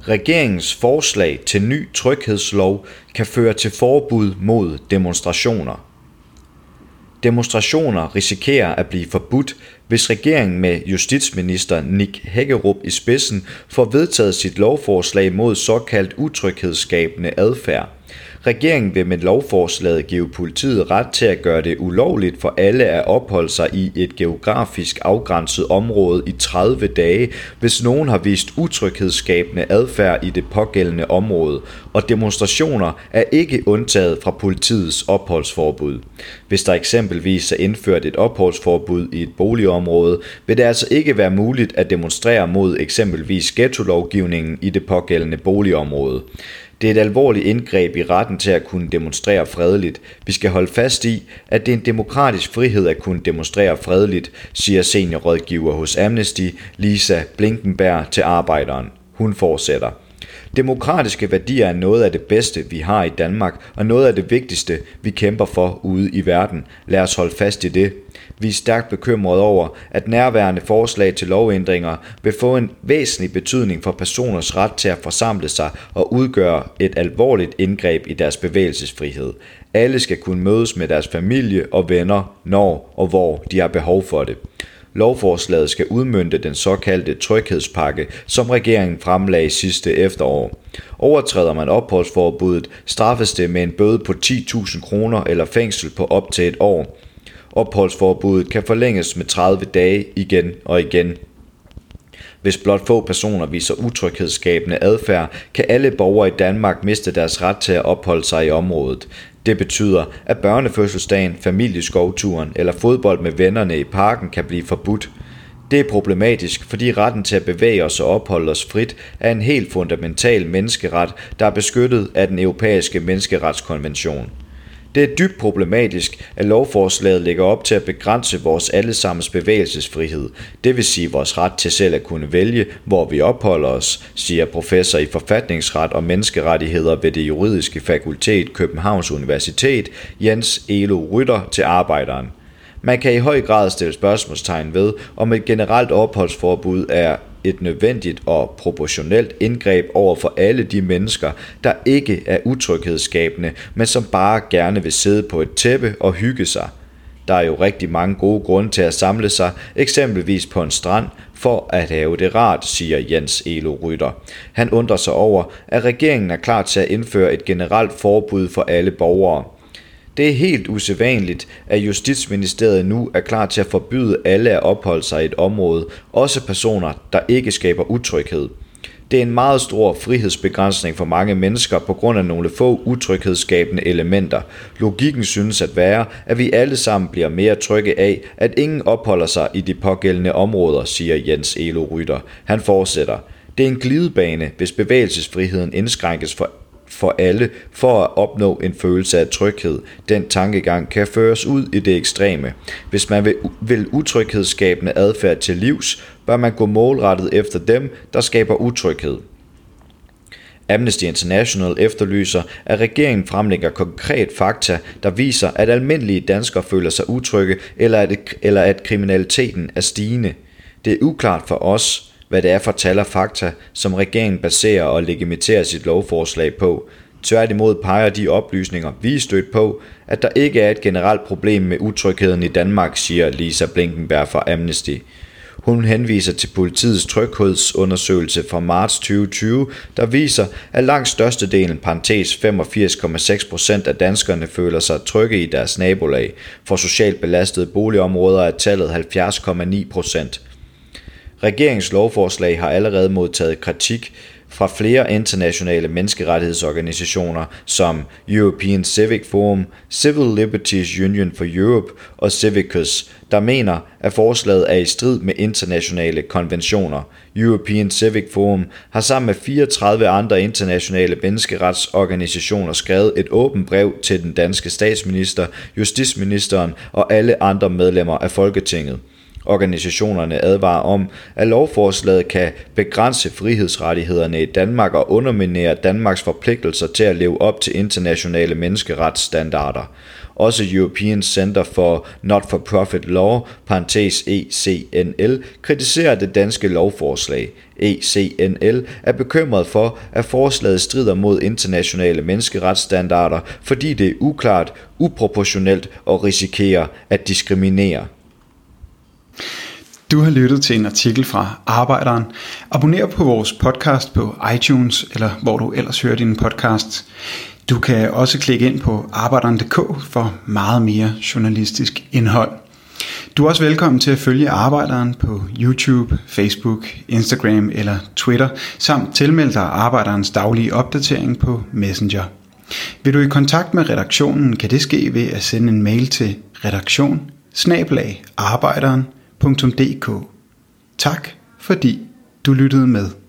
Regeringens forslag til ny tryghedslov kan føre til forbud mod demonstrationer. Demonstrationer risikerer at blive forbudt, hvis regeringen med justitsminister Nick Hækkerup i spidsen får vedtaget sit lovforslag mod såkaldt utryghedsskabende adfærd. Regeringen vil med lovforslaget give politiet ret til at gøre det ulovligt for alle at opholde sig i et geografisk afgrænset område i 30 dage, hvis nogen har vist utryghedsskabende adfærd i det pågældende område, og demonstrationer er ikke undtaget fra politiets opholdsforbud. Hvis der eksempelvis er indført et opholdsforbud i et boligområde, vil det altså ikke være muligt at demonstrere mod eksempelvis ghettolovgivningen i det pågældende boligområde. Det er et alvorligt indgreb i retten til at kunne demonstrere fredeligt. Vi skal holde fast i, at det er en demokratisk frihed at kunne demonstrere fredeligt, siger seniorrådgiver hos Amnesty, Lisa Blinkenberg, til Arbejderen. Hun fortsætter. Demokratiske værdier er noget af det bedste, vi har i Danmark, og noget af det vigtigste, vi kæmper for ude i verden. Lad os holde fast i det. Vi er stærkt bekymrede over, at nærværende forslag til lovændringer vil få en væsentlig betydning for personers ret til at forsamle sig og udgøre et alvorligt indgreb i deres bevægelsesfrihed. Alle skal kunne mødes med deres familie og venner, når og hvor de har behov for det. Lovforslaget skal udmønte den såkaldte tryghedspakke, som regeringen fremlagde sidste efterår. Overtræder man opholdsforbuddet, straffes det med en bøde på 10.000 kroner eller fængsel på op til et år. Opholdsforbuddet kan forlænges med 30 dage igen og igen. Hvis blot få personer viser utryghedsskabende adfærd, kan alle borgere i Danmark miste deres ret til at opholde sig i området. Det betyder, at børnefødselsdagen, familieskovturen eller fodbold med vennerne i parken kan blive forbudt. Det er problematisk, fordi retten til at bevæge os og opholde os frit er en helt fundamental menneskeret, der er beskyttet af den europæiske menneskeretskonvention. Det er dybt problematisk, at lovforslaget lægger op til at begrænse vores allesammens bevægelsesfrihed, det vil sige vores ret til selv at kunne vælge, hvor vi opholder os, siger professor i forfatningsret og menneskerettigheder ved det juridiske fakultet Københavns Universitet, Jens Elo Rytter, til Arbejderen. Man kan i høj grad stille spørgsmålstegn ved, om et generelt opholdsforbud er et nødvendigt og proportionelt indgreb over for alle de mennesker, der ikke er utryghedsskabende, men som bare gerne vil sidde på et tæppe og hygge sig. Der er jo rigtig mange gode grunde til at samle sig, eksempelvis på en strand, for at have det rart, siger Jens Elo Rytter. Han undrer sig over, at regeringen er klar til at indføre et generelt forbud for alle borgere. Det er helt usædvanligt, at Justitsministeriet nu er klar til at forbyde alle at opholde sig i et område, også personer, der ikke skaber utryghed. Det er en meget stor frihedsbegrænsning for mange mennesker på grund af nogle få utryghedsskabende elementer. Logikken synes at være, at vi alle sammen bliver mere trygge af, at ingen opholder sig i de pågældende områder, siger Jens Elo Rytter. Han fortsætter. Det er en glidebane, hvis bevægelsesfriheden indskrænkes for alle for at opnå en følelse af tryghed. Den tankegang kan føres ud i det ekstreme. Hvis man vil utryghedsskabende adfærd til livs, bør man gå målrettet efter dem, der skaber utryghed. Amnesty International efterlyser, at regeringen fremlægger konkret fakta, der viser, at almindelige danskere føler sig utrygge, eller at kriminaliteten er stigende. Det er uklart for os, hvad det er for tal og fakta, som regeringen baserer og legitimerer sit lovforslag på. Tværtimod peger de oplysninger, vi er stødt på, at der ikke er et generelt problem med utrygheden i Danmark, siger Lisa Blinkenberg fra Amnesty. Hun henviser til politiets tryghedsundersøgelse fra marts 2020, der viser, at langt størstedelen, 85,6% af danskerne føler sig trygge i deres nabolag. For socialt belastede boligområder er tallet 70,9%. Regeringens lovforslag har allerede modtaget kritik fra flere internationale menneskerettighedsorganisationer som European Civic Forum, Civil Liberties Union for Europe og Civicus, der mener, at forslaget er i strid med internationale konventioner. European Civic Forum har sammen med 34 andre internationale menneskeretsorganisationer skrevet et åbent brev til den danske statsminister, justitsministeren og alle andre medlemmer af Folketinget. Organisationerne advarer om, at lovforslaget kan begrænse frihedsrettighederne i Danmark og underminere Danmarks forpligtelser til at leve op til internationale menneskeretsstandarder. Også European Center for Not-for-Profit Law, (ECNL), kritiserer det danske lovforslag. ECNL er bekymret for, at forslaget strider mod internationale menneskeretsstandarder, fordi det er uklart, uproportionelt og risikerer at diskriminere. Du har lyttet til en artikel fra Arbejderen. Abonner på vores podcast på iTunes, eller hvor du ellers hører dine podcasts. Du kan også klikke ind på arbejderen.dk for meget mere journalistisk indhold. Du er også velkommen til at følge Arbejderen på YouTube, Facebook, Instagram eller Twitter, samt tilmelde dig Arbejderens daglige opdatering på Messenger. Vil du i kontakt med redaktionen, kan det ske ved at sende en mail til redaktion@arbejderen.dk. Tak fordi du lyttede med.